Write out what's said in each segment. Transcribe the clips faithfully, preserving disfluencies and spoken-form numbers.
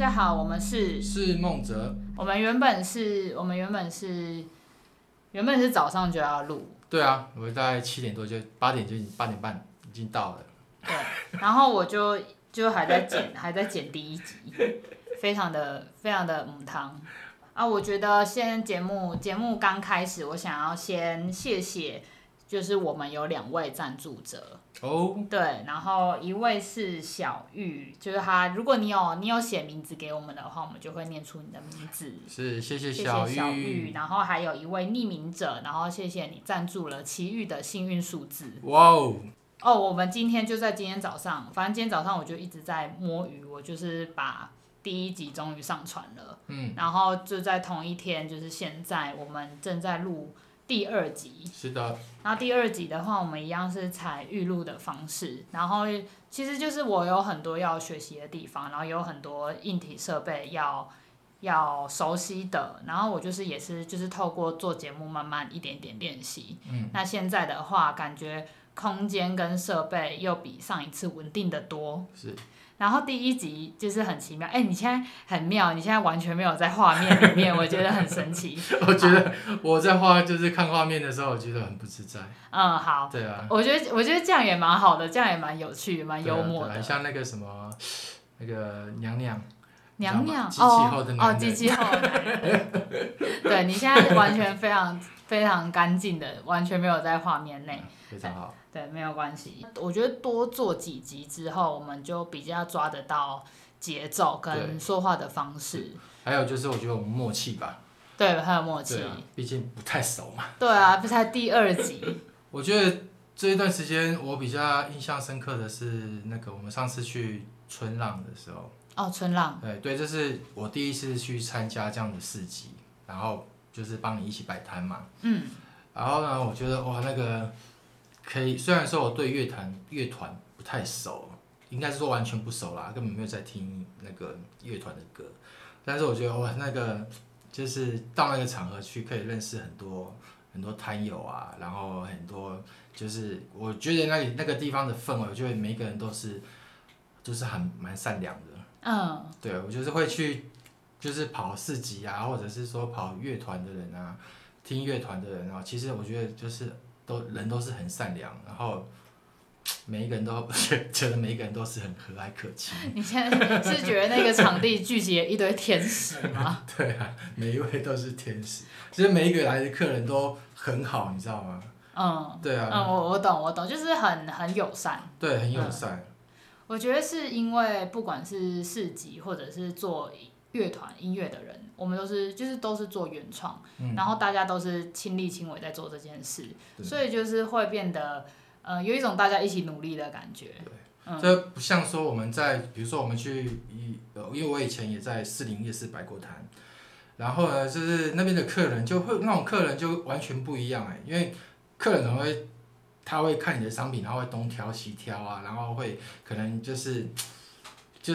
家好，我们是是梦泽。 我们原本是，我们原本是，原本是早上就要录。 对啊，我大概七点多就八点就八点半已经到了。 对，然后我就就还在剪，还在剪第一集，非常的非常的母汤啊！我觉得先节目节目刚开始，我想要先谢谢，就是我们有两位赞助者。 哦、oh. 对，然后一位是小玉，就是他，如果你有你有写名字给我们的话，我们就会念出你的名字。 是，谢谢小玉。 谢谢小玉。 然后还有一位匿名者，然后谢谢你赞助了奇遇的幸运数字。 哇哦！ 哦，我们今天就在今天早上，反正今天早上我就一直在摸鱼，我就是把第一集终于上传了。 嗯。 然后就在同一天，就是现在我们正在录第二集。 是的。 然后第二集的话，我们一样是采预录的方式，然后其实就是我有很多要学习的地方，然后有很多硬体设备要要熟悉的，然后我就是也是就是透过做节目慢慢一点点练习。 嗯。 那现在的话，感觉空间跟设备又比上一次稳定的多。 是。 然后第一集就是很奇妙，哎、欸，你现在很妙，你现在完全没有在画面里面，我觉得很神奇。 我觉得我在画就是看画面的时候，我觉得很不自在。 嗯，好。 对啊。 我觉得我觉得这样也蛮好的，这样也蛮有趣，蛮幽默的。 很、啊啊、像那个什么那个娘娘。 娘娘机器后的男人。 哦，机器后的男人。对，你现在完全非常非常干净的，完全没有在画面内。 非常好。 对，没有关系。我觉得多做几集之后，我们就比较抓得到节奏跟说话的方式。 还有就是，我觉得我们默契吧。 对，还有默契。 对啊，毕竟不太熟嘛。 对啊，不才第二集。 我觉得这一段时间我比较印象深刻的是那个我们上次去春浪的时候。 哦，春浪。 对对，这是我第一次去参加这样的市集，然后就是帮你一起摆摊嘛。 嗯。 然后呢，我觉得哇，那个。可以，虽然说我对乐团乐团不太熟，应该是说完全不熟啦，根本没有在听那个乐团的歌。但是我觉得哇，那个就是到那个场合去，可以认识很多很多摊友啊，然后很多就是我觉得那里那个地方的氛围，我觉得每一个人都是都是很蛮善良的。 嗯。对， 我就是会去，就是跑市集啊，或者是说跑乐团的人啊，听乐团的人啊，其实我觉得就是。都人都是很善良，然后每一个人都觉得每一个人都是很和蔼可亲。 你现在是觉得那个场地聚集了一堆天使吗？ 对啊，每一位都是天使，其实每一个来的客人都很好，你知道吗？ 嗯。 对啊。 嗯，我我懂我懂，就是很很友善。 对，很友善、嗯。 我觉得是因为不管是市集或者是做乐团音乐的人，我们都是就是都是做原创、嗯，然后大家都是亲力亲为在做这件事，所以就是会变得呃有一种大家一起努力的感觉。 对， 嗯， 这不像说我们在比如说我们去一，因为我以前也在士林夜市摆过摊，然后呢就是那边的客人就会那种客人就完全不一样哎，因为客人可能会他会看你的商品，然后会东挑西挑啊，然后会可能就是就是。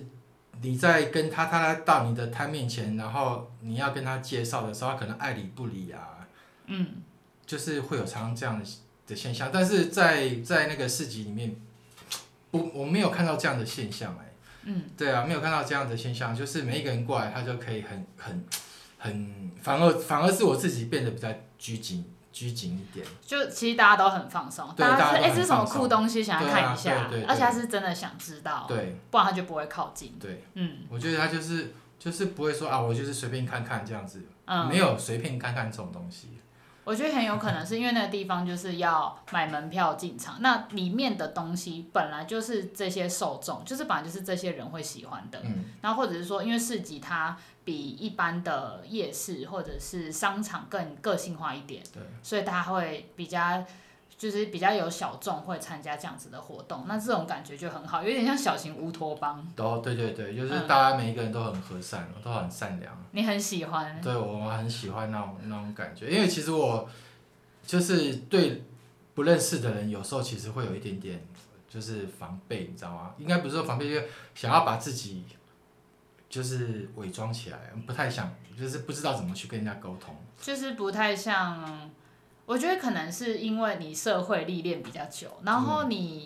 你在跟他，他到你的摊面前，然后你要跟他介绍的时候，他可能爱理不理啊， 嗯， 就是会有常常这样的的现象，但是在在那个市集里面，不，我没有看到这样的现象哎、欸， 嗯，对啊，没有看到这样的现象，就是每一个人过来，他就可以很很很，反而反而是我自己变得比较拘谨。拘谨一点， 就其实大家都很放松，大家是哎、欸，这是什么酷东西，想要看一下， 啊、对对对对， 而且他是真的想知道， 对， 不然他就不会靠近。 对， 嗯， 我觉得他就是就是不会说啊，我就是随便看看这样子， 嗯， 没有随便看看这种东西。 我觉得很有可能是因为那个地方就是要买门票进场，那里面的东西本来就是这些受众，就是本来就是这些人会喜欢的。嗯，然后或者是说，因为市集它比一般的夜市或者是商场更个性化一点， 对， 所以它会比较就是比较有小众会参加这样子的活动，那这种感觉就很好，有点像小型乌托邦。 哦，对对对，就是大家每一个人都很和善，嗯、都很善良。 你很喜欢？ 对，我很喜欢那种那种感觉，因为其实我就是对不认识的人，有时候其实会有一点点就是防备，你知道吗？应该不是说防备，就是想要把自己就是伪装起来，不太想，就是不知道怎么去跟人家沟通。 就是不太像，我觉得可能是因为你社会历练比较久，然后你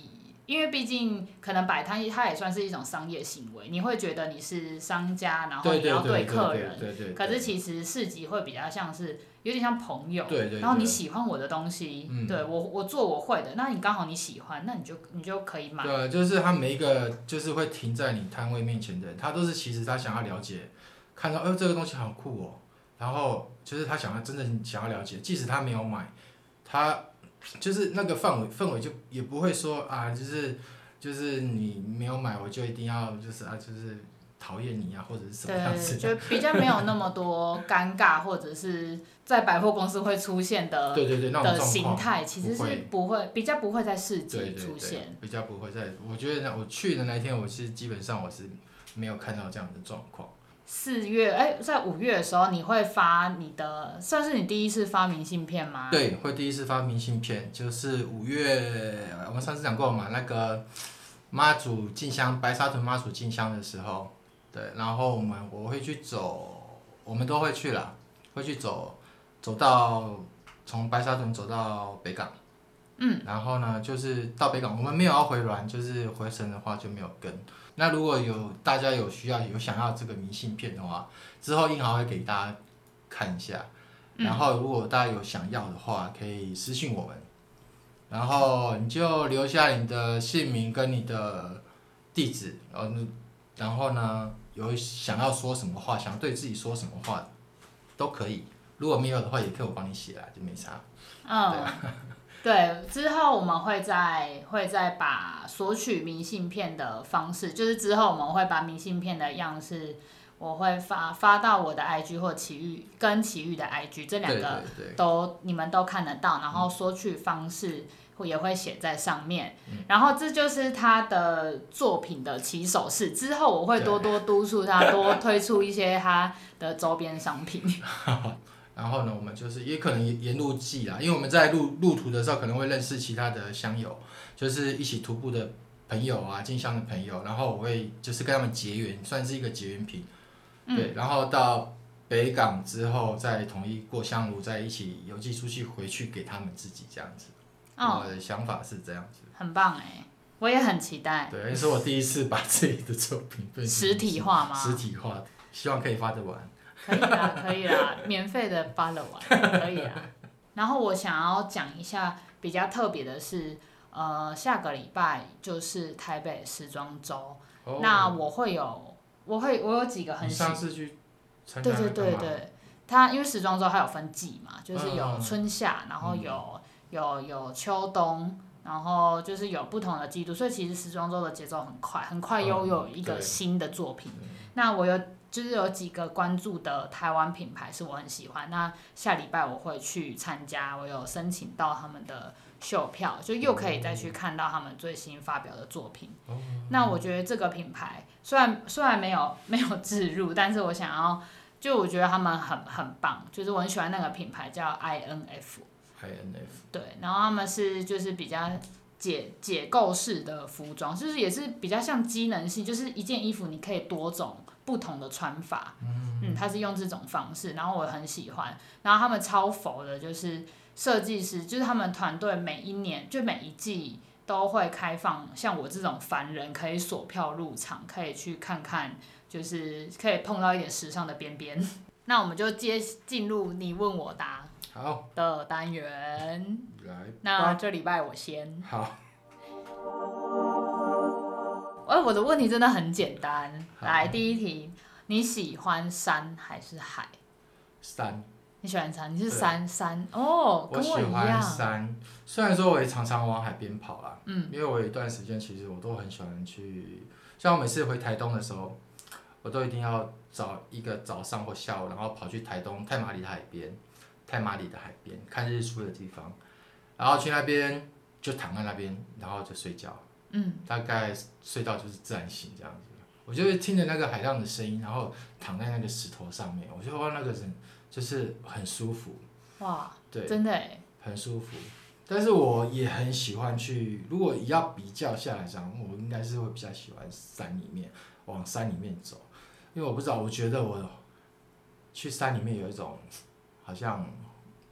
因为毕竟可能摆摊它也算是一种商业行为，你会觉得你是商家，然后你要对客人， 对对对对对对， 可是其实市集会比较像是有点像朋友， 对对对， 然后你喜欢我的东西， 嗯、 对我我做我会的，那你刚好你喜欢，那你就你就可以买。 对，就是他每一个就是会停在你摊位面前的人，他都是其实他想要了解，看到哦这个东西好酷哦，然后就是他想要真的想要了解，即使他没有买，他就是那个氛围氛围就也不会说啊就是。就是你没有买，我就一定要就是啊，就是讨厌你啊，或者是什么样子的。 对，就比较没有那么多尴尬，或者是在百货公司会出现的对对对那种的形态，其实是不会比较不会在市集出现。 对对对，比较不会在。我觉得我去的那一天，我是基本上我是没有看到这样的状况。 四月哎，在五月的时候，你会发你的，算是你第一次发明信片吗？ 对，会第一次发明信片，就是五月，我们上次讲过嘛，那个。妈祖进香，白沙屯妈祖进香的时候，对，然后我们我会去走，我们都会去啦，会去走，走到从白沙屯走到北港， 嗯， 然后呢，就是到北港，我们没有要回銮，就是回程的话就没有跟。那如果有大家有需要有想要这个明信片的话，之后印豪会给大家看一下，然后如果大家有想要的话，可以私信我们。然后你就留下你的姓名跟你的地址，然后然后呢，有想要说什么话，想对自己说什么话，都可以。如果没有的话，也可以我帮你写啦，就没差。 嗯， 对啊， 对，之后我们会再会再把索取明信片的方式，就是之后我们会把明信片的样式。我会发发到我的 I G 或奇遇跟奇遇的 I G 这两个都你们都看得到，然后索取方式也会写在上面，然后这就是他的作品的起手式。之后我会多多督促他多推出一些他的周边商品。 然后呢，我们就是也可能沿路寄啦，因为我们在路路途的时候可能会认识其他的乡友，就是一起徒步的朋友啊，进香的朋友，然后我会就是跟他们结缘，算是一个结缘品。对，然后到北港之后，再统一过香炉，再一起邮寄出去，回去给他们自己这样子。哦、我的想法是这样子。 很棒哎，我也很期待。 对，也是我第一次把自己的作品分实体化吗？ 实体化，希望可以发得完。 可以啦，可以啦，免费的发得完，可以啦。然后我想要讲一下比较特别的是，呃，下个礼拜就是台北时装周，哦、那我会有。我会，我有几个很喜。 你上次去参加那个吗？ 对对对对，它因为时装周它有分季嘛，就是有春夏，然后有、嗯、有有秋冬，然后就是有不同的季度，所以其实时装周的节奏很快，很快又有一个新的作品。嗯、那我有就是有几个关注的台湾品牌是我很喜欢，那下礼拜我会去参加，我有申请到他们的。秀票就又可以再去看到他们最新发表的作品。哦、那我觉得这个品牌虽然虽然没有没有置入，但是我想要就我觉得他们很很棒，就是我很喜欢那个品牌叫 I N F。I N F。 对，然后他们是就是比较解解构式的服装，就是也是比较像机能性，就是一件衣服你可以多种不同的穿法。嗯, 嗯，他是用这种方式，然后我很喜欢。然后他们超佛的，就是。设计师就是他们团队，每一年就每一季都会开放，像我这种凡人可以锁票入场，可以去看看，就是可以碰到一点时尚的边边。那我们就接进入你问我答的单元。 来， 那这礼拜我先。 好。 哎，我的问题真的很简单。来，第一题，你喜欢山还是海？ 山。 你喜欢山？你是山山哦，跟我一样。 我喜欢山，虽然说我也常常往海边跑啦，嗯，因为我有一段时间其实我都很喜欢去，像我每次回台东的时候，我都一定要找一个早上或下午，然后跑去台东太麻里的海边，太麻里的海边看日出的地方，然后去那边就躺在那边，然后就睡觉，嗯，大概睡到就是自然醒这样子，我就会听着那个海浪的声音，然后躺在那个石头上面，我就哇那个人。就是很舒服， 哇， 对， 真的耶， 很舒服。但是我也很喜欢去，如果要比较下来讲，我应该是会比较喜欢山里面，往山里面走，因为我不知道，我觉得我去山里面有一种好像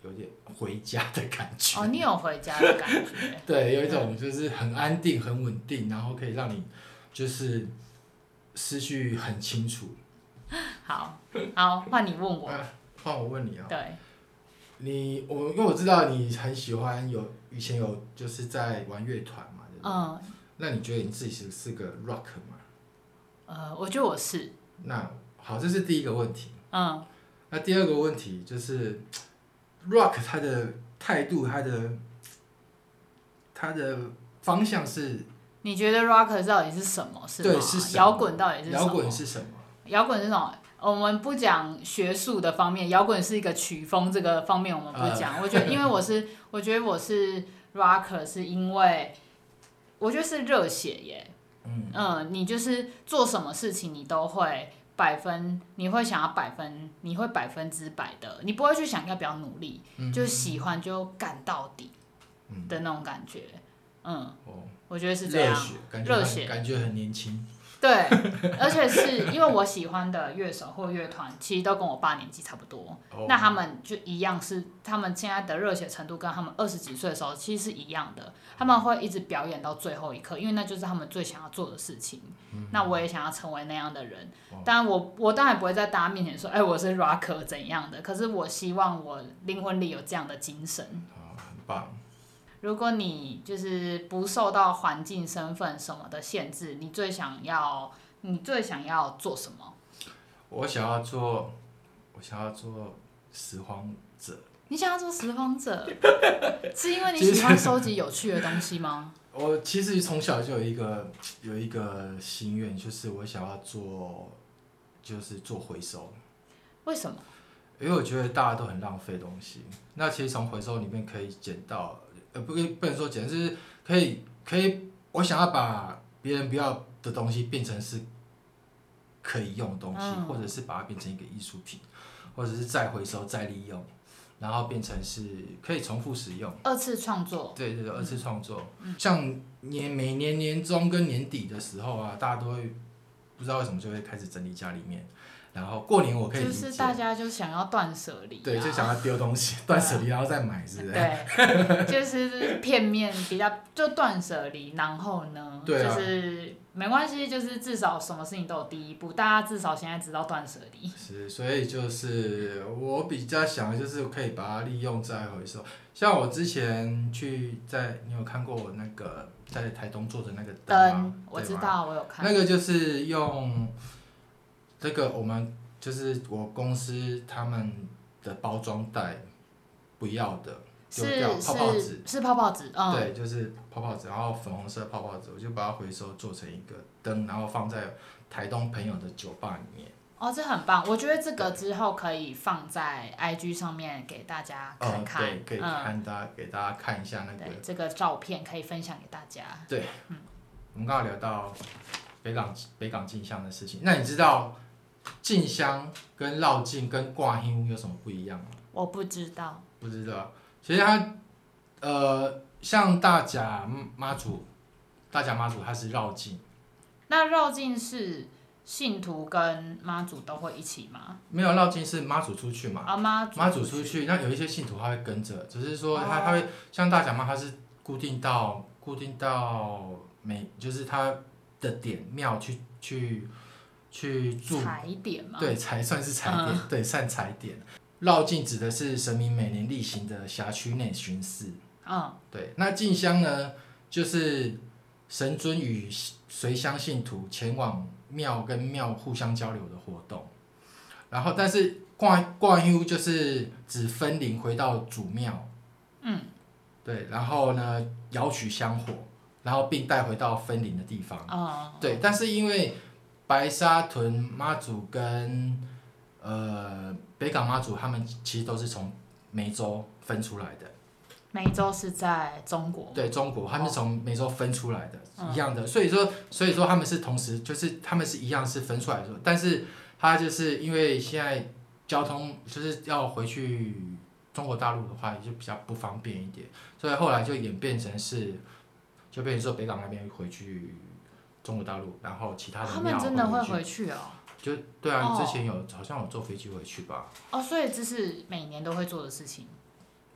有点回家的感觉。 哦，你有回家的感觉。 对，有一种就是很安定、很稳定，然后可以让你就是思绪很清楚。 好，好，换你问我。 换、啊、我问你啊。 对。 你我因为我知道你很喜欢有以前有就是在玩乐团嘛，对不对？嗯。那你觉得你自己是是个 rock 吗？ 呃，我觉得我是。 那好，这是第一个问题。 嗯。 那第二个问题就是，rock 它的态度，它的它的方向是？ 你觉得 rock 到底是什么？是吗？ 对，是什么？ 摇滚到底是什么？ 摇滚是什么？ 摇滚是什么？我们不讲学术的方面，摇滚是一个曲风，这个方面我们不讲。呃、我觉得，因为我是，我觉得我是 rocker， 是因为我觉得是热血耶。嗯, 嗯，你就是做什么事情，你都会百分，你会想要百分，你会百分之百的，你不会去想要不要努力，嗯、就是喜欢就干到底的那种感觉。嗯，哦、我觉得是这样。热血， 感觉很年轻。 对，而且是因为我喜欢的乐手或乐团，其实都跟我爸年纪差不多， oh. 那他们就一样是，他们现在的热血程度跟他们二十几岁的时候其实是一样的，他们会一直表演到最后一刻，因为那就是他们最想要做的事情。嗯、那我也想要成为那样的人， oh. 当然我我当然不会在大家面前说，哎，我是 rocker 怎样的，可是我希望我灵魂里有这样的精神。 哦，很棒。 如果你就是不受到环境、身份什么的限制，你最想要，你最想要做什么？ 我想要做，我想要做拾荒者。 你想要做拾荒者，是因为你喜欢收集有趣的东西吗？ 我其实从小就有一个有一个心愿，就是我想要做，就是做回收。 为什么？ 因为我觉得大家都很浪费东西，那其实从回收里面可以捡到。呃，不，不能说简直是可以，可以，我想要把别人不要的东西变成是可以用的东西，嗯、或者是把它变成一个艺术品，或者是再回收、再利用，然后变成是可以重复使用。 二次创作。 对对对，二次创作。嗯、像年每年年中跟年底的时候啊，大家都会不知道为什么就会开始整理家里面。然后过年我可以理解， 就是大家就想要断舍离、啊， 对，就想要丢东西，断舍离然后再买，是不是？ 对，就是片面比较就断舍离，然后呢， 对啊、 就是没关系，就是至少什么事情都有第一步，大家至少现在知道断舍离。 是，所以就是我比较想的就是可以把它利用再回收。像我之前去在，你有看过我那个在台东做的那个灯吗？ 我知道，我有看。 那个就是用。这个我们就是我公司他们的包装袋不要的丢掉，泡泡纸是泡泡纸，嗯， 对，就是泡泡纸，然后粉红色泡泡纸，我就把它回收做成一个灯，然后放在台东朋友的酒吧里面。 哦，这很棒，我觉得这个之后可以放在 I G 上面给大家看看， 嗯、对，可以看大家、嗯、给大家看一下那个， 对，这个照片可以分享给大家。 对，嗯，我们刚刚聊到北港北港进香的事情，那你知道？进香跟绕境跟挂香有什么不一样吗？ 我不知道。 不知道，其实它，呃，像大甲妈祖，大甲妈祖它是绕境。 那绕境是信徒跟妈祖都会一起吗？ 没有，绕境是妈祖出去嘛。 啊，妈祖。 妈祖出去，那有一些信徒他会跟着，只是说他、哦、他会像大甲妈，他是固定到固定到每就是他的点庙去去。去住踩点嘛， 对，才算是踩点，嗯、对，算踩点。绕境指的是神明每年例行的辖区内巡视。嗯，对。那进香呢，就是神尊与随香信徒前往庙跟庙互相交流的活动。然后，但是挂挂香就是指分灵回到主庙。嗯，对。然后呢，摇取香火，然后并带回到分灵的地方。哦，对。但是因为白沙屯妈祖跟呃北港妈祖，他们其实都是从湄洲分出来的。 湄洲是在中国。 对，中国，他们是从湄洲分出来的，哦、一样的。所以说，所以说他们是同时，就是他们是一样是分出来的，但是他就是因为现在交通就是要回去中国大陆的话，也就比较不方便一点，所以后来就演变成是，就变成说北港那边回去。中国大陆，然后其他的庙他们真的会回去哦。 就对啊，哦、之前有好像有坐飞机回去吧。 哦，所以这是每年都会做的事情。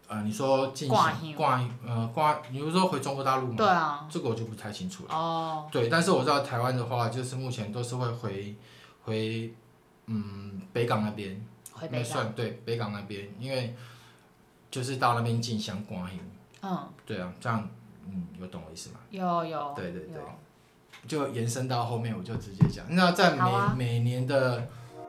呃，你说进行挂呃挂，你不是说回中国大陆吗？ 对啊。 这个我就不太清楚了。 哦。 对，但是我知道台湾的话，就是目前都是会回回嗯北港那边。 回北港。 算对北港那边，因为就是到那边进香挂香。 嗯。对啊，这样嗯有懂我意思吗？ 有有。 对对对。就延伸到后面，我就直接讲。那在每、啊、每年的。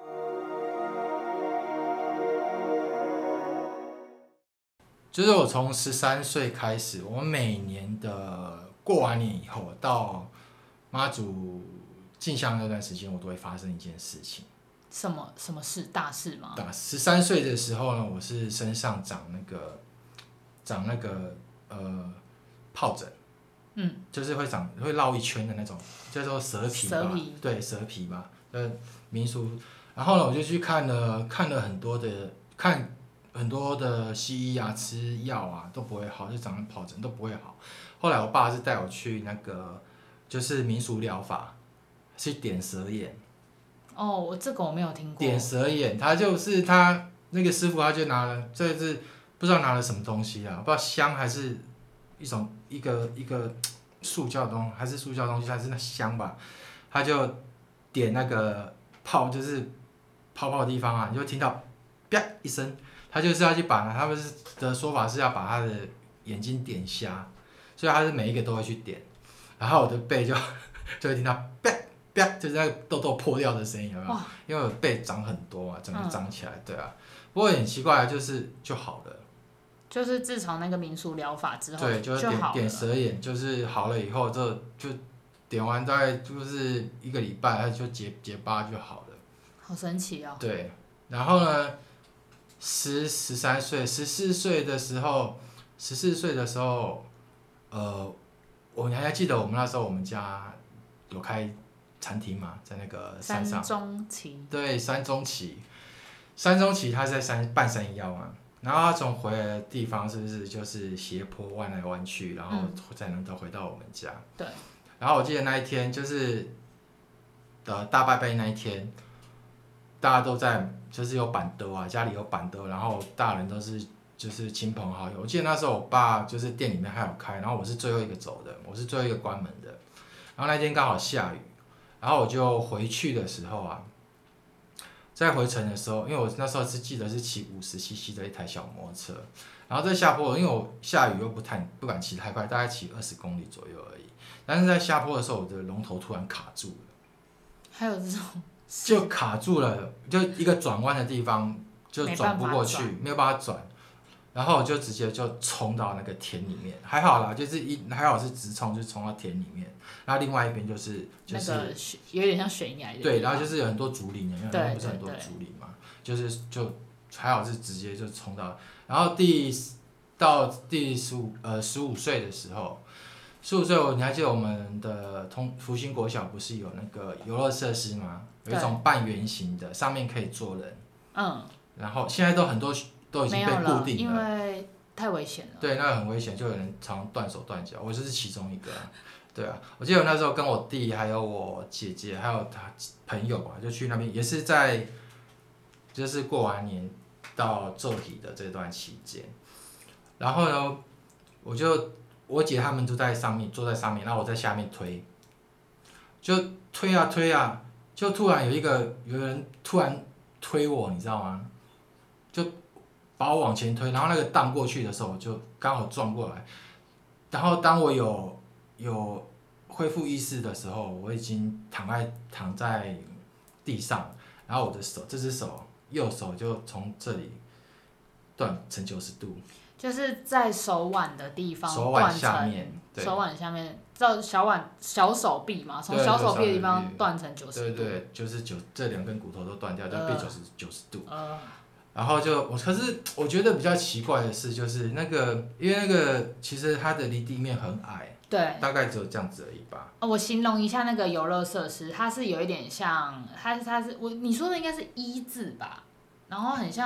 就是我从十三岁开始，我每年的过完年以后到妈祖进香那段时间，我都会发生一件事情。 什么什么事？大事吗？ 大十三岁的时候呢，我是身上长那个长那个呃疱疹，嗯，就是会长会绕一圈的那种，叫做蛇皮吧，蛇皮对蛇皮吧，呃民俗。然后呢，我就去看了看了很多的看。很多的西医啊，吃药啊都不会好，就长了疱疹都不会好。后来我爸是带我去那个就是民俗疗法，去点蛇眼。 哦，我这个我没有听过。 点蛇眼，他就是他那个师傅，他就拿了，这是不知道拿了什么东西啊，不知道香还是一种一个一个塑胶东西，还是塑胶东西，还是那香吧，他就点那个泡，就是泡泡的地方啊，你就听到啪一声。他就是要去把他们的说法是要把他的眼睛点瞎，所以他是每一个都会去点，然后我的背就就会听到啪啪，就是那个痘痘破掉的声音，有没有？因为我背长很多嘛，整个长起来，嗯、对啊。不过很奇怪，就是就好了。 就是自从那个民俗疗法之后， 对，就是点点蛇眼，就是好了以后就就点完大概就是一个礼拜，它就结结疤就好了。 好神奇哦。 对，然后呢？十十三岁、十四岁的时候，十四岁的时候，呃，我你还记得我们那时候我们家有开餐厅嘛，在那个山上。 山中旗。对， 山中旗，山中旗它是在山半山腰嘛，然后他从回来的地方是不是就是斜坡弯来弯去，然后才能够回到我们家。嗯、 对。 然后我记得那一天就是的大拜拜那一天。大家都在，就是有板凳啊，家里有板凳，然后大人都是就是亲朋好友。我记得那时候我爸就是店里面还有开，然后我是最后一个走的，我是最后一个关门的。然后那天刚好下雨，然后我就回去的时候啊，在回程的时候，因为我那时候是记得是骑五十 C C 的一台小摩托车，然后在下坡，因为我下雨又不太不敢骑太快，大概骑二十公里左右而已。但是在下坡的时候，我的龙头突然卡住了。 还有这种。 就卡住了，就一个转弯的地方就转不过去，没有办法转，然后我就直接就冲到那个田里面，还好啦，就是一还好是直冲，就冲到田里面，然后另外一边就是就是那个有点像悬崖的地方， 对，然后就是有很多竹林，因为不是很多竹林嘛，就是就还好是直接就冲到，然后第到第十五呃十五岁的时候。十五岁，你还记得我们的通福星国小不是有那个游乐设施吗？有一种半圆形的，上面可以坐人。嗯。然后现在都很多都已经被固定了，因为太危险了。 对，那个很危险，就有人常断手断脚，我就是其中一个、啊。对啊，我记得我那时候跟我弟还有我姐姐还有他朋友吧，就去那边，也是在就是过完年到做体的这段期间，然后呢，我就。我姐他们都在上面，坐在上面，然后我在下面推，就推啊推啊，就突然有一个有人突然推我，你知道吗？就把我往前推，然后那个荡过去的时候，就刚好撞过来。然后当我有有恢复意识的时候，我已经躺在躺在地上，然后我的手这只手右手就从这里断成九十度。 就是在手腕的地方手腕下面， 手腕下面到小腕小手臂嘛，从小手臂的地方断成九十度。 对对，就是九这两根骨头都断掉，就变九十九十度。呃、然后就我，可是我觉得比较奇怪的是，就是那个，因为那个其实它的离地面很矮， 对， 大概只有这样子而已吧。 哦，我形容一下那个游乐设施，它是有一点像，它它是我你说的应该是一字吧，然后很像。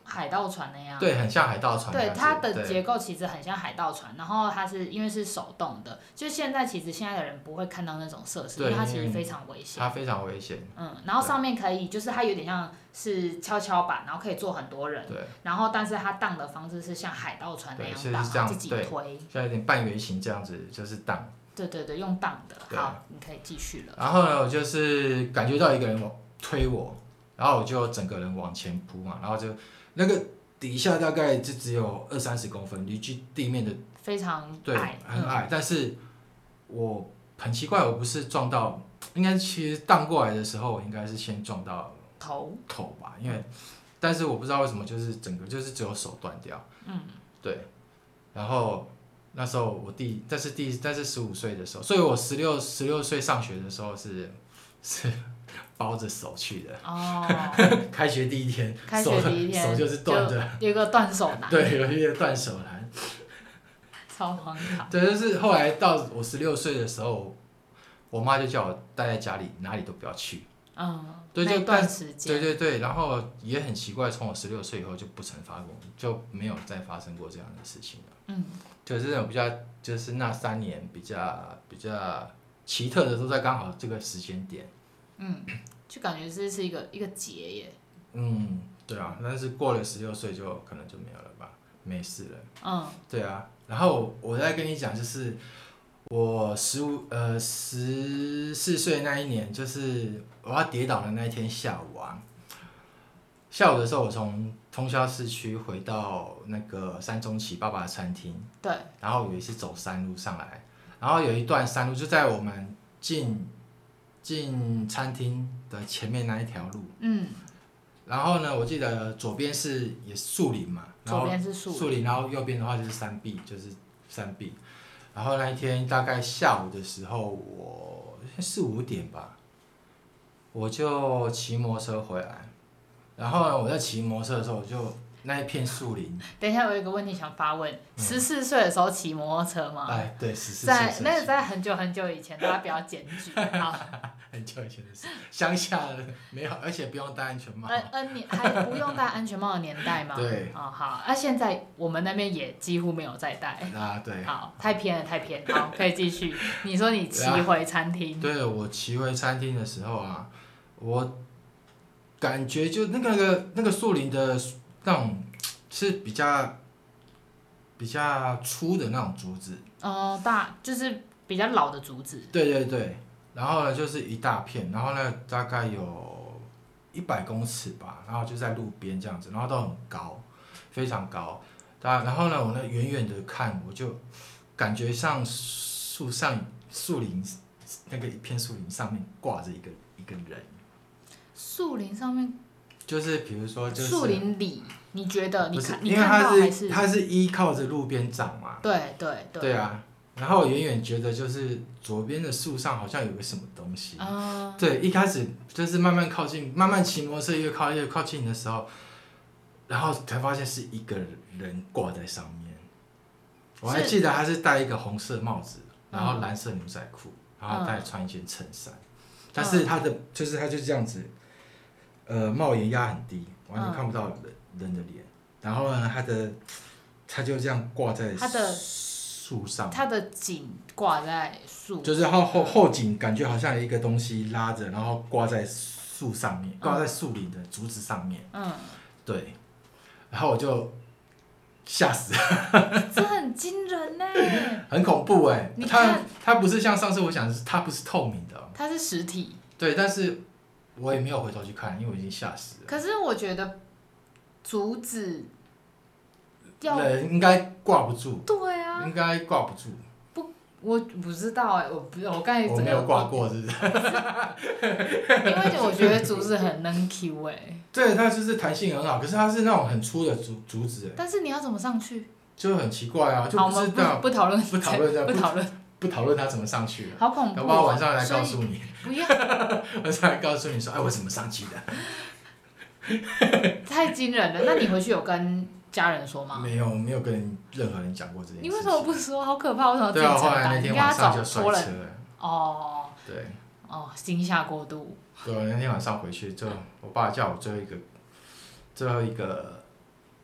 海盗船那样。 对，很像海盗船。 对，它的结构其实很像海盗船，然后它是因为是手动的，就现在其实现在的人不会看到那种设施，因为它其实非常危险。 它非常危险。 嗯，然后上面可以就是它有点像是跷跷板，然后可以坐很多人。 对。 然后但是它荡的方式是像海盗船那样荡，然后自己推。 像有点半圆形这样子，就是荡。 对对对，用荡的。好，你可以继续了。 然后呢，我就是感觉到一个人推我，然后我就整个人往前扑嘛，然后就那个底下大概就只有二三十公分，离距地面的非常矮， 对，很矮。嗯、但是我很奇怪，我不是撞到，应该其实荡过来的时候，我应该是先撞到头头吧，因为，但是我不知道为什么，就是整个就是只有手断掉。嗯，对，然后。那时候我第，但是第，但是十五岁的时候，所以我十六十六岁上学的时候是是包着手去的。哦。开学第一天。 开学第一天。 手就是断的。 有一个断手男。 对，有一个断手男。 超荒唐。 对，就是后来到我十六岁的时候，我妈就叫我待在家里，哪里都不要去。嗯。对，就那段时间。 对对对，然后也很奇怪，从我十六岁以后就不曾发过，就没有再发生过这样的事情了。嗯。就是那种比较，就是那三年比较比较奇特的，都在刚好这个时间点。 嗯，就感觉这是一个一个劫耶。 嗯，对啊，但是过了十六岁就可能就没有了吧，没事了。嗯，对啊。然后我再跟你讲，就是我十五呃十四岁那一年，就是我要跌倒的那一天下午啊。下午的时候，我从通霄市区回到那个三中旗爸爸的餐厅。 对。 然后有一次走山路上来，然后有一段山路就在我们进进餐厅的前面那一条路。嗯。然后呢，我记得左边是也是树林嘛， 左边是树林， 树林，然后右边的话就是山壁，就是山壁。然后那一天大概下午的时候，我四五点吧，我就骑摩托车回来。然后呢，我在骑摩托车的时候，我就那一片树林。 等一下，我有一个问题想发问：十四岁的时候骑摩托车吗？ 哎，对，十四岁。 在那个在很久很久以前，大家不要检举好。 很久以前的事，乡下的没有，而且不用戴安全帽。 N N 年还不用戴安全帽的年代吗？ 对。 哦，好，那、啊、现在我们那边也几乎没有在戴。 啊，对。 好，太偏了，太偏。好，可以继续。你说你骑回餐厅。 对、啊。对，我骑回餐厅的时候啊，我。感觉就那个那个那个树林的那种是比较比较粗的那种竹子。 哦，大就是比较老的竹子。 对对对，然后呢就是一大片，然后呢大概有一百公尺吧，然后就在路边这样子，然后都很高，非常高。然后呢，我那远远的看，我就感觉像树上树林那个一片树林上面挂着一个一个人。 树林上面， 就是比如说，就是树林里，你觉得你看你看到还是？ 它是依靠着路边长嘛。 对对对。 对啊，然后我远远觉得就是左边的树上好像有个什么东西。啊。对，一开始就是慢慢靠近，慢慢骑摩托车越靠越靠近的时候，然后才发现是一个人挂在上面。我还记得他是戴一个红色帽子，然后蓝色牛仔裤，然后他还穿一件衬衫，但是他的就是他就这样子。呃，帽檐压很低，完全看不到人、嗯、人的脸。然后呢，他的他就这样挂在树上。 他的颈挂在树。 就是后后后颈感觉好像有一个东西拉着，然后挂在树上面，挂在树林的竹子上面。嗯。对。然后我就吓死了。 这很惊人呢。 很恐怖哎！它它不是像上次我讲的，它不是透明的、哦。 它是实体。 对，但是。我也没有回头去看，因为我已经吓死了。 可是我觉得竹子人应该挂不住。 对啊。 应该挂不住。 不，我不知道哎、欸，我不，我刚才我没有挂过，是不是？ 因为我觉得竹子很能 Q 哎、欸。 对，它就是弹性很好，可是它是那种很粗的竹竹子、欸。 但是你要怎么上去？ 就很奇怪啊，就不知道。 不讨论， 不讨论， 不讨论。 不讨论他怎么上去了， 好恐怖！ 搞不好晚上来告诉你。 不要。 晚上来告诉你说，哎，我怎么上去的？太惊人了！那你回去有跟家人说吗？ 没有，没有跟任何人讲过这件事。 你为什么不说？好可怕！为什么自己承担？ 对啊，后来那天晚上就摔车了。 哦。 对。 哦，惊吓过度。 对，那天晚上回去就，我爸叫我最后一个，最后一个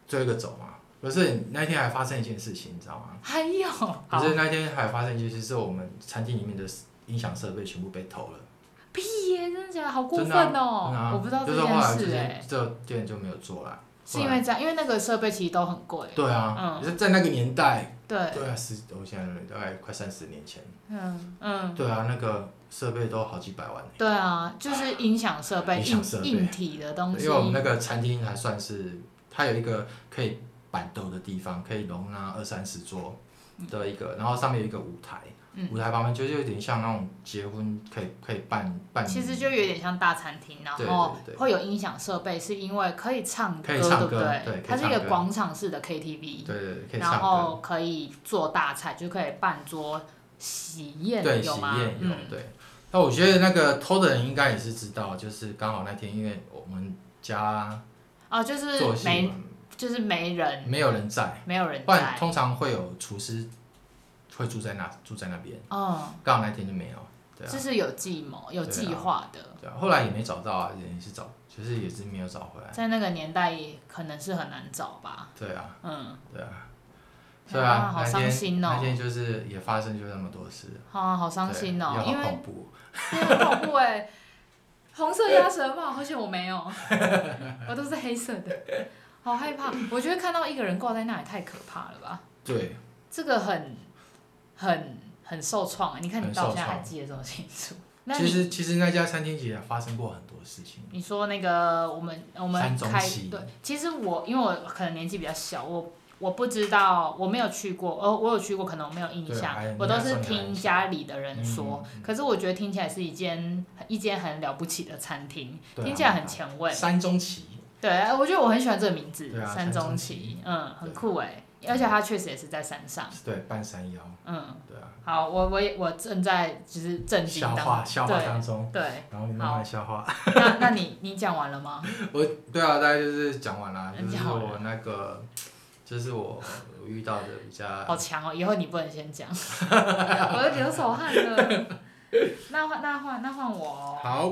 最后一个走嘛。可是那天还发生一件事情，你知道吗？ 还有， 可是那天还发生一件事，是我们餐厅里面的音响设备全部被偷了。 屁耶，真的假的？好过分哦！ 啊啊、 我不知道这件事哎、 欸。这店就没有做了。 是因为这样，因为那个设备其实都很贵。 对啊，嗯，在那个年代。 对。 对啊，十，我现在大概快三十年前。 嗯嗯。 对啊，那个设备都好几百万。 对啊，就是音响设备、硬硬体的东西。 因为我们那个餐厅还算是，它有一个可以板凳的地方，可以容纳二三十桌的一个，然后上面有一个舞台。嗯、舞台旁边就是有点像那种结婚可以可以办办， 其实就有点像大餐厅，然后会有音响设备，是因为可以唱歌， 可以唱歌对不对？ 对， 它是一个广场式的 K T V， 对对对，可以唱歌，然后可以做大菜，就可以办桌喜宴， 对， 有吗？ 喜宴有、 嗯、 对。那我觉得那个偷的人应该也是知道，就是刚好那天因为我们家哦，就是没就是没人， 没有人在， 没有人在， 不然通常会有厨师。会住在那住在那边，嗯，刚好那天就没有，对啊， 这是有计谋、有计划的， 对啊，后来也没找到啊，也是找，就是也是没有找回来。 在那个年代，可能是很难找吧。 对啊， 嗯， 对啊，对啊， 好伤心哦。 那天就是也发生就那么多事。 啊，好伤心哦，因为好恐怖， 很恐怖哎，红色鸭舌帽，而且我没有，我都是黑色的，好害怕。我觉得看到一个人挂在那里太可怕了吧？ 对， 这个很。很很受创，你看你到现在还记得这么清楚。 其实其实那家餐厅其实发生过很多事情。 你说那个我们我们开对，其实我因为我可能年纪比较小，我我不知道，我没有去过，呃，我有去过，可能我没有印象，我都是听家里的人说。嗯、可是我觉得听起来是一间一间很了不起的餐厅，啊、听起来很前卫。 山中旗。 对，我觉得我很喜欢这个名字， 啊、 山中旗，嗯，很酷哎。而且它确实也是在山上， 对，半山腰。 嗯， 对啊。 好，我我我正在就是震惊当消化消化当中， 对， 然后你慢慢消化。 那那你你讲完了吗？ 我对啊，大概就是讲完了，就是我那个，就是我遇到的比较。 好强哦！以后你不能先讲，我都流手汗了。那换那换那换我。 好。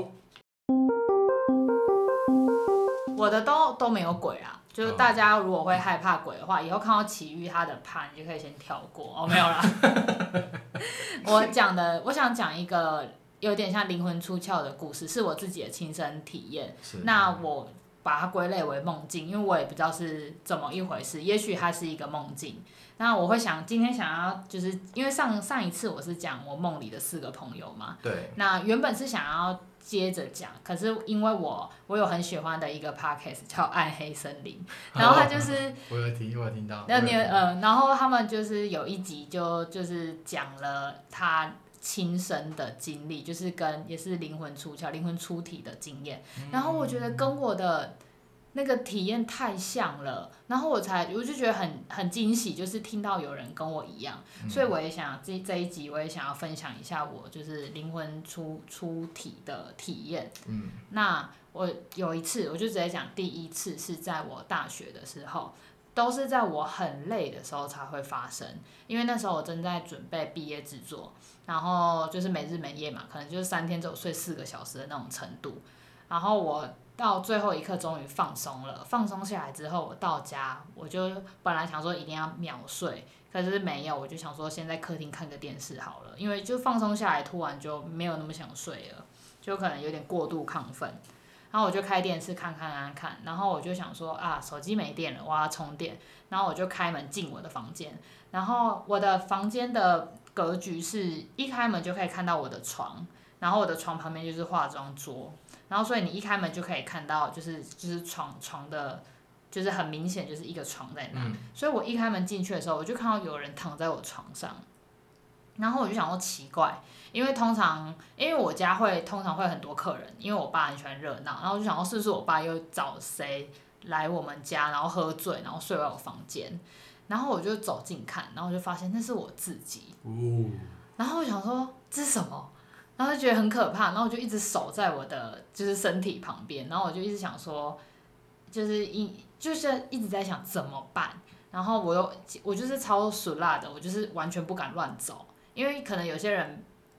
我的都都没有鬼啊。就是大家如果会害怕鬼的话，以后看到奇遇他的盘，你就可以先跳过哦，没有啦。我讲的，我想讲一个有点像灵魂出窍的故事，是我自己的亲身体验。那我把它归类为梦境，因为我也不知道是怎么一回事，也许它是一个梦境。那我会想今天想要，就是因为上上一次我是讲我梦里的四个朋友嘛， 对。 那原本是想要接着讲，可是因为我我有很喜欢的一个 podcast 叫《暗黑森林》，然后他就是、 哦、我有听，我有听到。 那你呃，然后他们就是有一集就就是讲了他亲身的经历，就是跟也是灵魂出窍、灵魂出体的经验，然后我觉得跟我的那个体验太像了，然后我才我就觉得很很惊喜，就是听到有人跟我一样，嗯、所以我也想这这一集我也想要分享一下我就是灵魂出出体的体验。嗯，那我有一次我就直接讲，第一次是在我大学的时候，都是在我很累的时候才会发生，因为那时候我正在准备毕业制作，然后就是没日没夜嘛，可能就是三天只有睡四个小时的那种程度，然后我。到最后一刻终于放松了，放松下来之后，我到家，我就本来想说一定要秒睡，可是没有，我就想说先在客厅看个电视好了，因为就放松下来，突然就没有那么想睡了，就可能有点过度亢奋，然后我就开电视看看看看，然后我就想说啊，手机没电了，我要充电，然后我就开门进我的房间，然后我的房间的格局是一开门就可以看到我的床，然后我的床旁边就是化妆桌。然后所以你一开门就可以看到，就是就是床床的，就是很明显就是一个床在那。嗯、所以我一开门进去的时候，我就看到有人躺在我床上，然后我就想说奇怪，因为通常因为我家会通常会很多客人，因为我爸很喜欢热闹，然后我就想说是不是我爸又找谁来我们家，然后喝醉，然后睡在我房间，然后我就走近看，然后我就发现那是我自己。哦、然后我想说这是什么？然后就觉得很可怕，然后我就一直守在我的就是身体旁边，然后我就一直想说，就是一就是一直在想怎么办，然后我又我就是超属辣的，我就是完全不敢乱走，因为可能有些人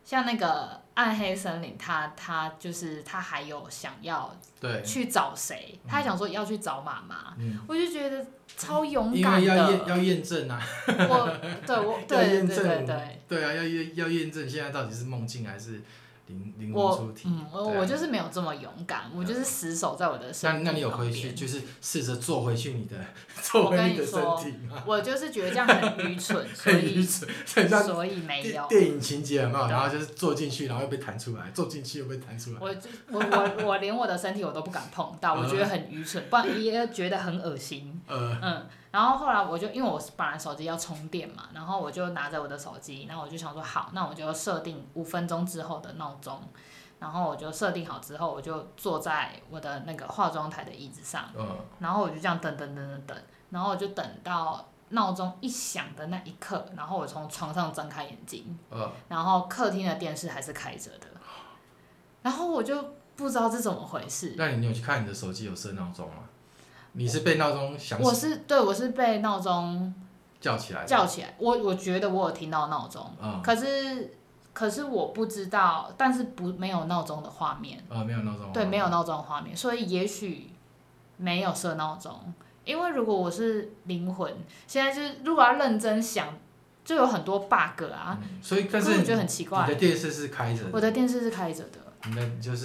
像那个暗黑森林，他他就是他还有想要去找谁，他还想说要去找妈妈，嗯、我就觉得超勇敢的。 因为要验要验证啊。 我对我对对对对对。 对啊，要验要验证现在到底是梦境还是灵灵魂出体。 嗯，我、啊、我就是没有这么勇敢，我就是死守在我的身体。 那那你有回去就是试着坐回去你的坐回你的身体吗？ 我就是觉得这样很愚蠢，所以所以没有。 电影情节有没有？然后就是坐进去，然后又被弹出来，坐进去又被弹出来。 我我我我连我的身体我都不敢碰到，我觉得很愚蠢，不然也觉得很恶心。呃、嗯。然后后来我就因为我本来手机要充电嘛，然后我就拿着我的手机，然后我就想说好，那我就设定五分钟之后的闹钟，然后我就设定好之后，我就坐在我的那个化妆台的椅子上，嗯、然后我就这样等等等等等，然后我就等到闹钟一响的那一刻，然后我从床上睁开眼睛，嗯、然后客厅的电视还是开着的，然后我就不知道这怎么回事。 那你有去看你的手机有设闹钟吗？你是被闹钟响起？ 我是对，我是被闹钟叫起来。 叫起来，我我觉得我有听到闹钟，嗯、可是可是我不知道，但是不没有闹钟的画面。 呃，没有闹钟。 对，没有闹钟的画面，所以也许没有设闹钟，因为如果我是灵魂，现在就是如果要认真想，就有很多 bug 啊。 嗯、所以，但是我觉得很奇怪。 你的电视是开着的。 我的电视是开着的。 你的就是。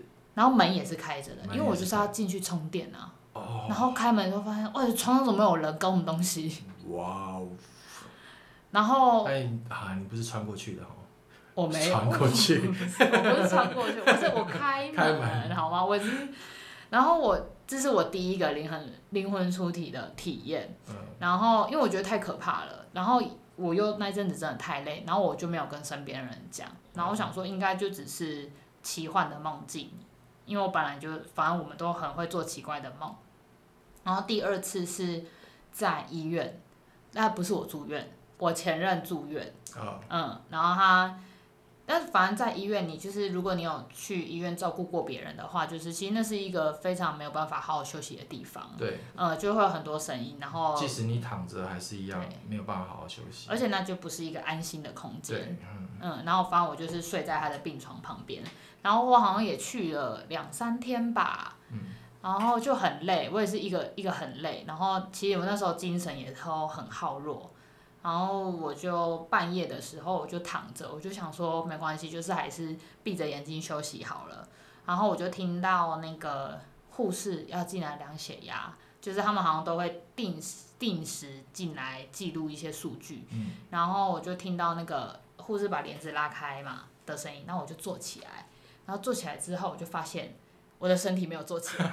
然后门也是开着的，因为我就是要进去充电啊。哦、然后开门就发现，哇，床上怎么没有人，搞什么东西？哇哦！然后， 哎啊，你不是穿过去的哦？ 我没有穿过去， 我不是穿过去，我是我开门，开门好吗？我是，然后我这是我第一个灵魂灵魂出体的体验。嗯、然后因为我觉得太可怕了，然后我又那一阵子真的太累，然后我就没有跟身边人讲，然后我想说应该就只是奇幻的梦境。因为我本来就，反正我们都很会做奇怪的梦。然后第二次是在医院，那不是我住院，我前任住院。Oh. 嗯，然后他，但反正在医院，你就是如果你有去医院照顾过别人的话，就是其实那是一个非常没有办法好好休息的地方。 对。 呃，就会有很多声音，然后。 即使你躺着，还是一样没有办法好好休息。 而且那就不是一个安心的空间。对。嗯。嗯，然后反正我就是睡在他的病床旁边。然后我好像也去了两三天吧，嗯、然后就很累，我也是一个一个很累，然后其实我那时候精神也都很耗弱，然后我就半夜的时候我就躺着，我就想说没关系，就是还是闭着眼睛休息好了，然后我就听到那个护士要进来量血压，就是他们好像都会定时定时进来记录一些数据，嗯、然后我就听到那个护士把帘子拉开嘛的声音，然后我就坐起来。然后坐起来之后，我就发现我的身体没有坐起来，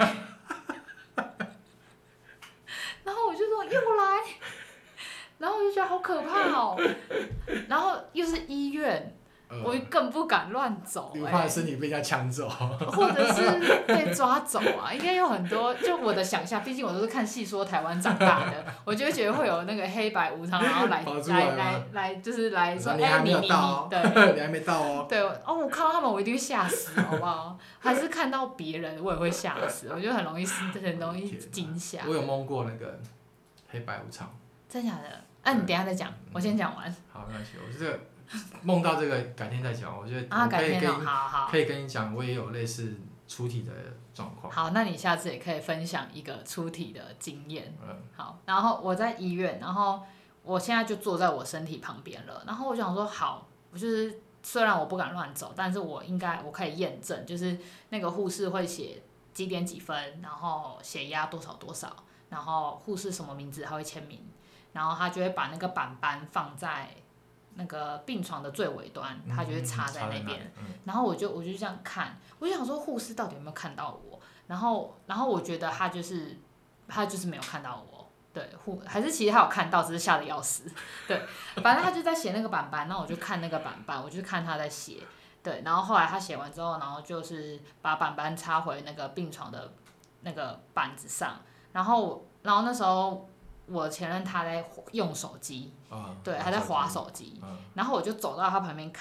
然后我就说又来，然后我就觉得好可怕哦，然后又是医院，呃、我更不敢乱走、欸， 你怕身体被人家抢走， 或者是被抓走啊？应该有很多，就我的想象，毕竟我都是看戏说台湾长大的，我就会觉得会有那个黑白无常，然后来来来来，就是来说，哎，你你你，对， 你还没到哦。 对，哦，我看到他们，我一定会吓死，好不好？还是看到别人，我也会吓死，我觉得很容易，很容易惊吓。 我有梦过那个黑白无常。 真假的？哎、啊，你等一下再讲，我先讲完。 好，没关系，我这个。梦到这个改天再讲，我觉得我可以跟、 啊、好好可以跟你讲，我也有类似出体的状况。 好，那你下次也可以分享一个出体的经验。嗯，好，然后我在医院，然后我现在就坐在我身体旁边了，然后我想说，好，我就是虽然我不敢乱走，但是我应该我可以验证，就是那个护士会写几点几分，然后血压多少多少，然后护士什么名字他会签名，然后他就会把那个板板放在那个病床的最尾端，他就会插在那边，嗯嗯、然后我就我就这样看，我就想说护士到底有没有看到我，然后然后我觉得他就是他就是没有看到我，对，护还是其实他有看到，只是吓得要死，对，反正他就在写那个板板，那我就看那个板板，我就看他在写，对，然后后来他写完之后，然后就是把板板插回那个病床的那个板子上，然后然后那时候。我前任他在用手机，嗯、对，他在滑手机，嗯、然后我就走到他旁边看，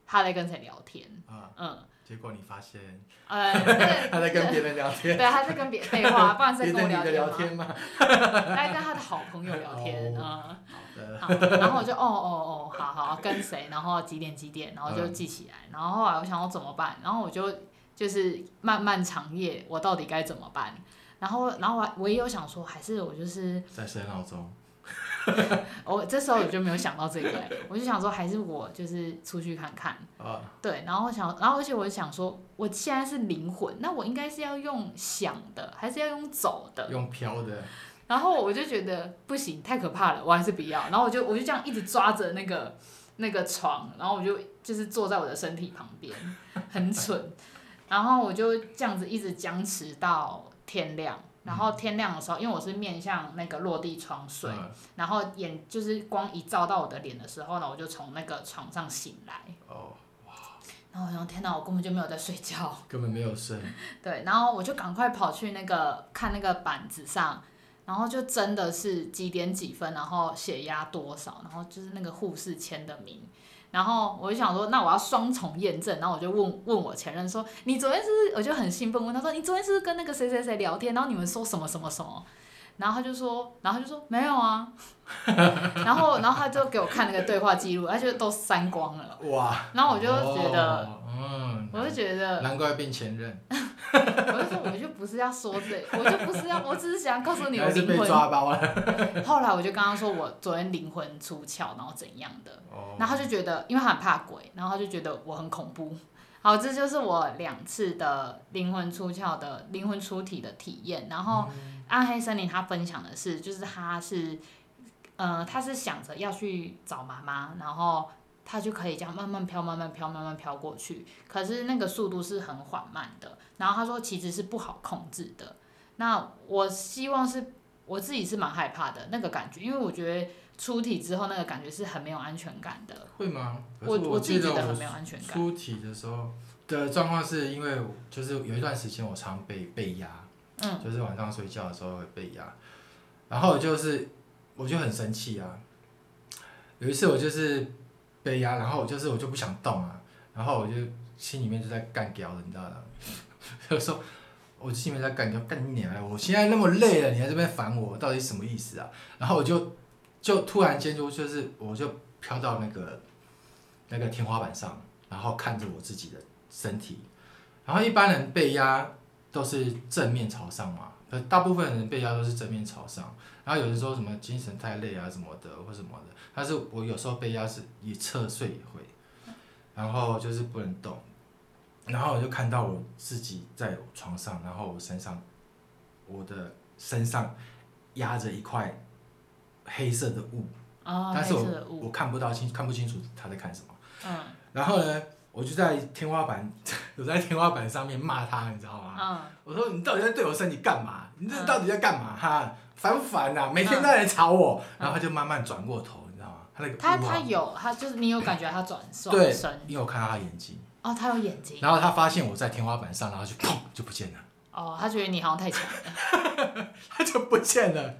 他在跟谁聊天。 啊、 嗯。 结果你发现， 呃，那个他在跟别人聊天。 对，他在跟别人对话，不然是在跟我聊天吗？ 他在跟他的好朋友聊天，嗯。 好的。 好，然后我就哦哦哦，好好跟谁，然后几点几点，然后就记起来，然后后来我想我怎么办，然后我就就是漫漫长夜，我到底该怎么办？然后然后我我也有想说，还是我就是在设闹钟。 我这时候我就没有想到这个、欸，我就想说还是我就是出去看看， 啊、 对，然后我想，然后而且我就想说，我现在是灵魂，那我应该是要用想的，还是要用走的？ 用飘的。 然后我就觉得不行，太可怕了，我还是不要。然后我就我就这样一直抓着那个那个床，然后我就就是坐在我的身体旁边，很蠢。然后我就这样子一直僵持到天亮。然后天亮的时候，因为我是面向那个落地窗睡，嗯、然后眼就是光一照到我的脸的时候呢，我就从那个床上醒来。哦，哇！然后我想，天哪，我根本就没有在睡觉， 根本没有睡。 对，然后我就赶快跑去那个看那个板子上，然后就真的是几点几分，然后血压多少，然后就是那个护士签的名。然后我就想说，那我要双重验证，然后我就问问我前任说，你昨天是不是？我就很兴奋问他说，你昨天是不是跟那个谁谁谁聊天？然后你们说什么什么什么？然后他就说，然后他就说没有啊。然后然后他就给我看那个对话记录，他就都删光了。 哇！ 然后我就觉得， 哦、嗯， 我就觉得难怪变前任。 我就说，我就不是要说这，我就不是要，我只是想告诉你我灵魂。 被抓包了。 后来我就跟他说，我昨天灵魂出窍，然后怎样的，哦、然后他就觉得，因为他很怕鬼，然后他就觉得我很恐怖。好，这就是我两次的灵魂出窍的灵魂出体的体验。然后暗黑森林他分享的是，就是他是，呃，他是想着要去找妈妈，然后他就可以这样慢慢飘、慢慢飘、慢慢飘过去。可是那个速度是很缓慢的。然后他说其实是不好控制的。那我希望是我自己是蛮害怕的那个感觉，因为我觉得出体之后那个感觉是很没有安全感的。 会吗？ 我我自己觉得很没有安全感。 出体的时候的状况是因为就是有一段时间我常被被压，嗯，就是晚上睡觉的时候会被压，然后就是我就很生气啊。有一次我就是被压，然后我就是我就不想动啊，然后我就心里面就在干屌的，你知道吗？有时候我心里面在干屌，干你娘！我现在那么累了，你在这边烦我，到底什么意思啊？然后我就就突然间就就是我就飘到那个那个天花板上，然后看着我自己的身体。然后一般人被压都是正面朝上嘛，可大部分人被压都是正面朝上。然后有人说什么精神太累啊什么的或什么的，但是我有时候被压是一侧睡也会，然后就是不能动。然后我就看到我自己在床上，然后我身上，我的身上压着一块黑色的雾， 哦、 但是我我看不到清看不清楚他在看什么。 嗯。 然后呢，我就在天花板，我在天花板上面骂他，你知道吗？嗯。我说你到底在对我身体干嘛？你这到底在干嘛？哈，烦不烦呐？每天都来吵我。嗯、然后他就慢慢转过头，你知道吗？他那个他他有他就是你有感觉他转转身， 对，因为我看到他眼睛。 哦，他有眼睛。 然后他发现我在天花板上，然后就砰就不见了。 哦，他觉得你好像太强了。 他就不见了。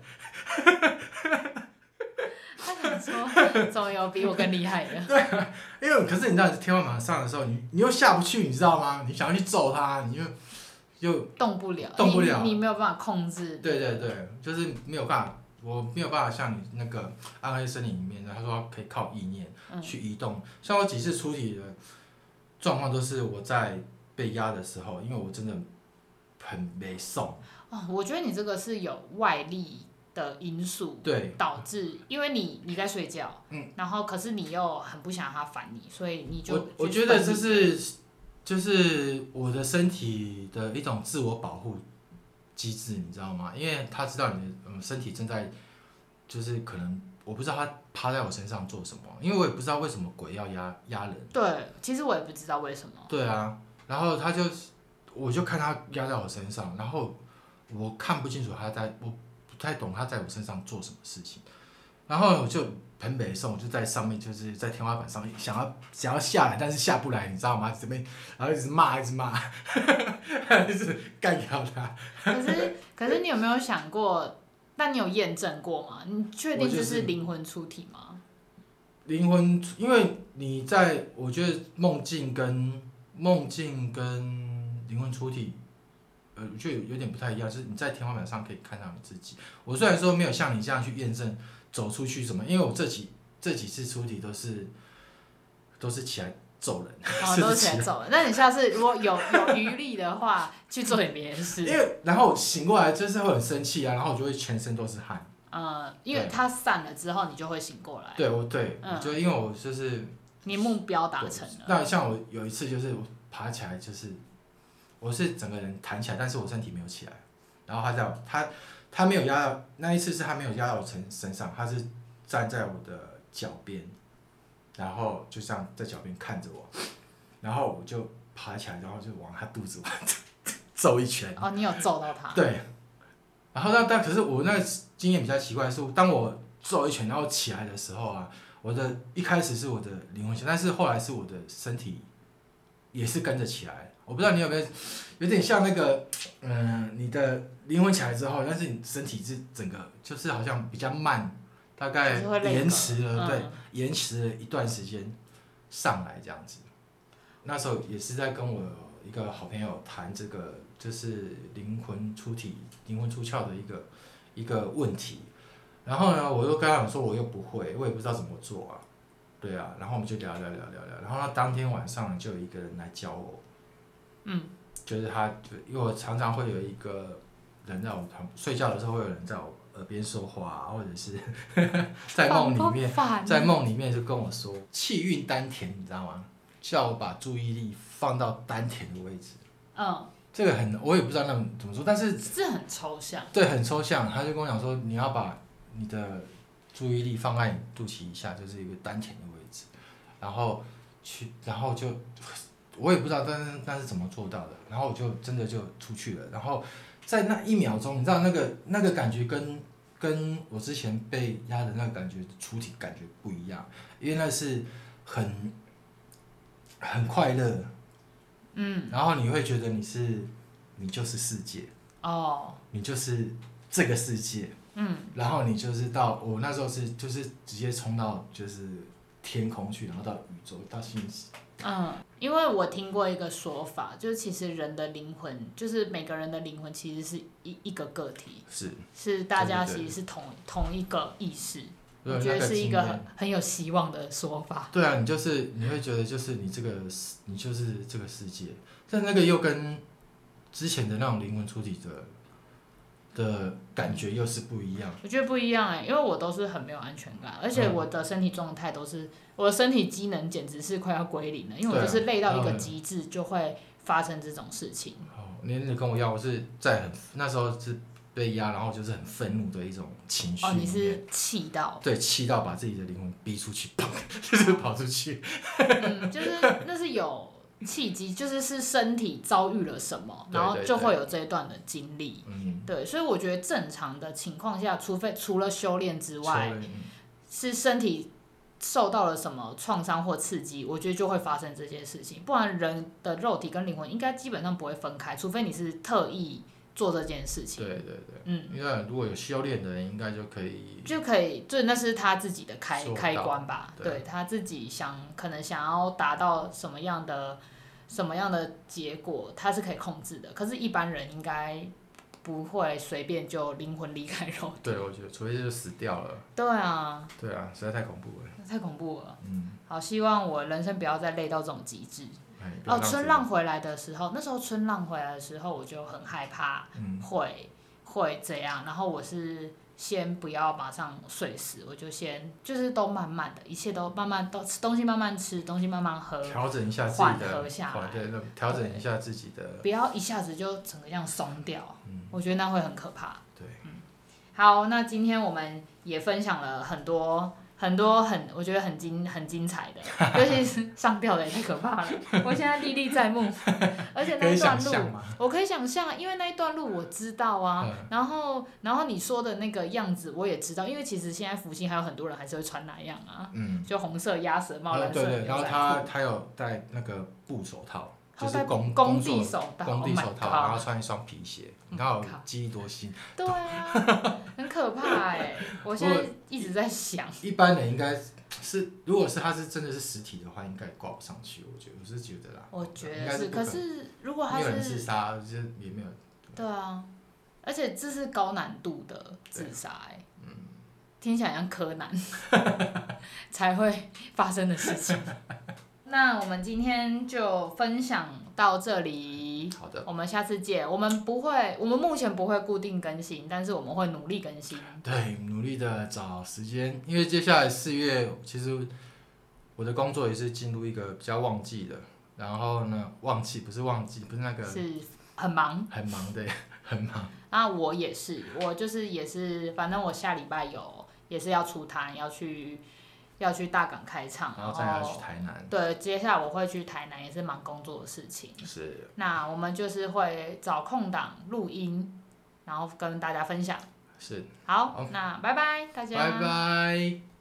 他想说，总有比我更厉害的。 对，因为可是你知道天花板上的时候，你你又下不去，你知道吗？你想要去揍他，你又又动不了， 动不了， 你, 你没有办法控制。 对对对，就是没有办法，我没有办法像你那个暗黑森林里面的，他说可以靠意念去移动。嗯、像我几次出体的状况都是我在被压的时候，因为我真的很没送。 哦，我觉得你这个是有外力的因素， 对， 导致，因为你你在睡觉，嗯，然后可是你又很不想让他烦你，所以你就我我觉得这是就是我的身体的一种自我保护机制，你知道吗？因为他知道你的嗯身体正在，就是可能我不知道他趴在我身上做什么，因为我也不知道为什么鬼要压压人。 对，其实我也不知道为什么。 对啊，然后他就我就看他压在我身上，然后我看不清楚他在我。不太懂他在我身上做什么事情，然后我就很北宋，我就在上面，就是在天花板上想要想要下来，但是下不来，你知道吗？这边然后一直骂，一直骂，一直干掉他。 可是可是你有没有想过？但你有验证过吗？你确定这是灵魂出体吗？ 灵魂，因为你在，我觉得梦境跟梦境跟灵魂出体，呃，我觉得有有点不太一样，就是你在天花板上可以看到你自己。我虽然说没有像你这样去验证走出去什么，因为我这几这几次出体都是都是起来揍人， 哦，都是起来揍人。那你下次如果有有余力的话，去做点别的事。 因为然后醒过来就是会很生气啊，然后我就会全身都是汗。 呃，因为它散了之后，你就会醒过来。 对，我对， 嗯、 就因为我就是你目标达成了。 那像我有一次就是我爬起来，就是我是整个人弹起来，但是我身体没有起来。然后他在他他没有压到那一次是他没有压到我身身上，他是站在我的脚边，然后就这样在脚边看着我，然后我就爬起来，然后就往他肚子往揍一拳。 哦，你有揍到他？ 对。然后那但可是我那个经验比较奇怪的是，当我揍一拳然后起来的时候啊，我的一开始是我的灵魂起来，但是后来是我的身体也是跟着起来。我不知道你有没有有点像那个，嗯、呃，你的灵魂起来之后，但是你身体是整个就是好像比较慢，大概延迟了，对，延迟了一段时间上来这样子。那时候也是在跟我一个好朋友谈这个。就是灵魂出体、灵魂出窍的一个一个问题，然后呢，我又跟他讲说我又不会，我也不知道怎么做啊，对啊，然后我们就聊聊聊聊聊，然后他当天晚上就有一个人来教我，嗯，就是他，因为我常常会有一个人在我旁睡觉的时候会有人在我耳边说话，或者是在梦里面，在梦里面就跟我说气运丹田，你知道吗？叫我把注意力放到丹田的位置，嗯。这个很，我也不知道那怎么说，但是是很抽象。 对，很抽象。他就跟我讲说，你要把你的注意力放在你肚脐以下，就是一个丹田的位置，然后去，然后就我也不知道，但是但是怎么做到的？然后我就真的就出去了。然后在那一秒钟，你知道那个那个感觉跟跟我之前被压的那个感觉出体感觉不一样，因为那是很很快乐。嗯，然后你会觉得你是，你就是世界，哦，你就是这个世界，嗯，然后你就是到我那时候是就是直接冲到就是天空去，然后到宇宙到星际。 嗯，因为我听过一个说法，就是其实人的灵魂，就是每个人的灵魂其实是一一个个体， 是是大家其实是同同一个意识。我觉得是一个很很有希望的说法。 对啊，你就是你会觉得就是你这个你就是这个世界，但那个又跟之前的那种灵魂出体的的感觉又是不一样。 我觉得不一样哎、欸，因为我都是很没有安全感，而且我的身体状态都是、嗯、我的身体机能简直是快要归零了，因为我就是累到一个极致就会发生这种事情。 哦，你你跟我一样，我是在很那时候是。被压，然后就是很愤怒的一种情绪。 哦，你是气到？ 对，气到把自己的灵魂逼出去，砰，就是跑出去。 嗯，就是那是有契机，就是是身体遭遇了什么，然后就会有这一段的经历。嗯，对，所以我觉得正常的情况下，除非除了修炼之外，是身体受到了什么创伤或刺激，我觉得就会发生这件事情。不然人的肉体跟灵魂应该基本上不会分开，除非你是特意。做这件事情， 对对对，嗯，因为如果有修炼的人，应该就可以， 就可以，就那是他自己的开开关吧，对, 对他自己想可能想要达到什么样的什么样的结果，他是可以控制的。可是，一般人应该不会随便就灵魂离开肉体。 对，我觉得，除非就死掉了。 对啊。 对啊，实在太恐怖了。 太恐怖了。嗯。好，希望我人生不要再累到这种极致。哦，春浪回来的时候，那时候春浪回来的时候，我就很害怕会、嗯、会这样，然后我是先不要马上睡死，我就先就是都慢慢的，一切都慢慢都吃东西慢慢吃，东西慢慢喝， 调整一下自己的缓和下来，对，调整一下自己的， 不要一下子就整个这样松掉，嗯、我觉得那会很可怕。 对， 嗯，好，那今天我们也分享了很多。很多很，我觉得很精很精彩的，尤其是上吊的也太可怕了，我现在历历在目，而且那一段路，我可以想象，因为那一段路我知道啊，嗯、然后然后你说的那个样子我也知道，因为其实现在福星还有很多人还是会穿那样啊，嗯，就红色鸭舌帽、蓝色牛仔裤， 对对，然后他他有戴那个布手套。就是工工地手套， 工地手套， oh、 然后穿一双皮鞋，你看我记忆多新。 对啊，很可怕哎、欸！我现在一直在想， 一般人应该是，如果是它是真的是实体的话，应该挂不上去。我觉得，我是觉得啦。 我觉得是，可是如果它是没有人自杀，就也没有。 对啊，而且这是高难度的自杀、欸，嗯，听起来像柯南才会发生的事情。那我们今天就分享到这里。 好的。 我们下次见。我们不会，我们目前不会固定更新，但是我们会努力更新。 对，努力的找时间，因为接下来四月，其实我的工作也是进入一个比较旺季的。然后呢，旺季不是旺季，不是那个。 是很忙。 很忙的，很忙。 那我也是，我就是也是，反正我下礼拜有也是要出摊，要去。要去大港开唱， 然后再要去台南。 对，接下来我会去台南，也是忙工作的事情。 是。 那我们就是会找空档录音，然后跟大家分享。 是。 好，那拜拜，大家。 拜拜。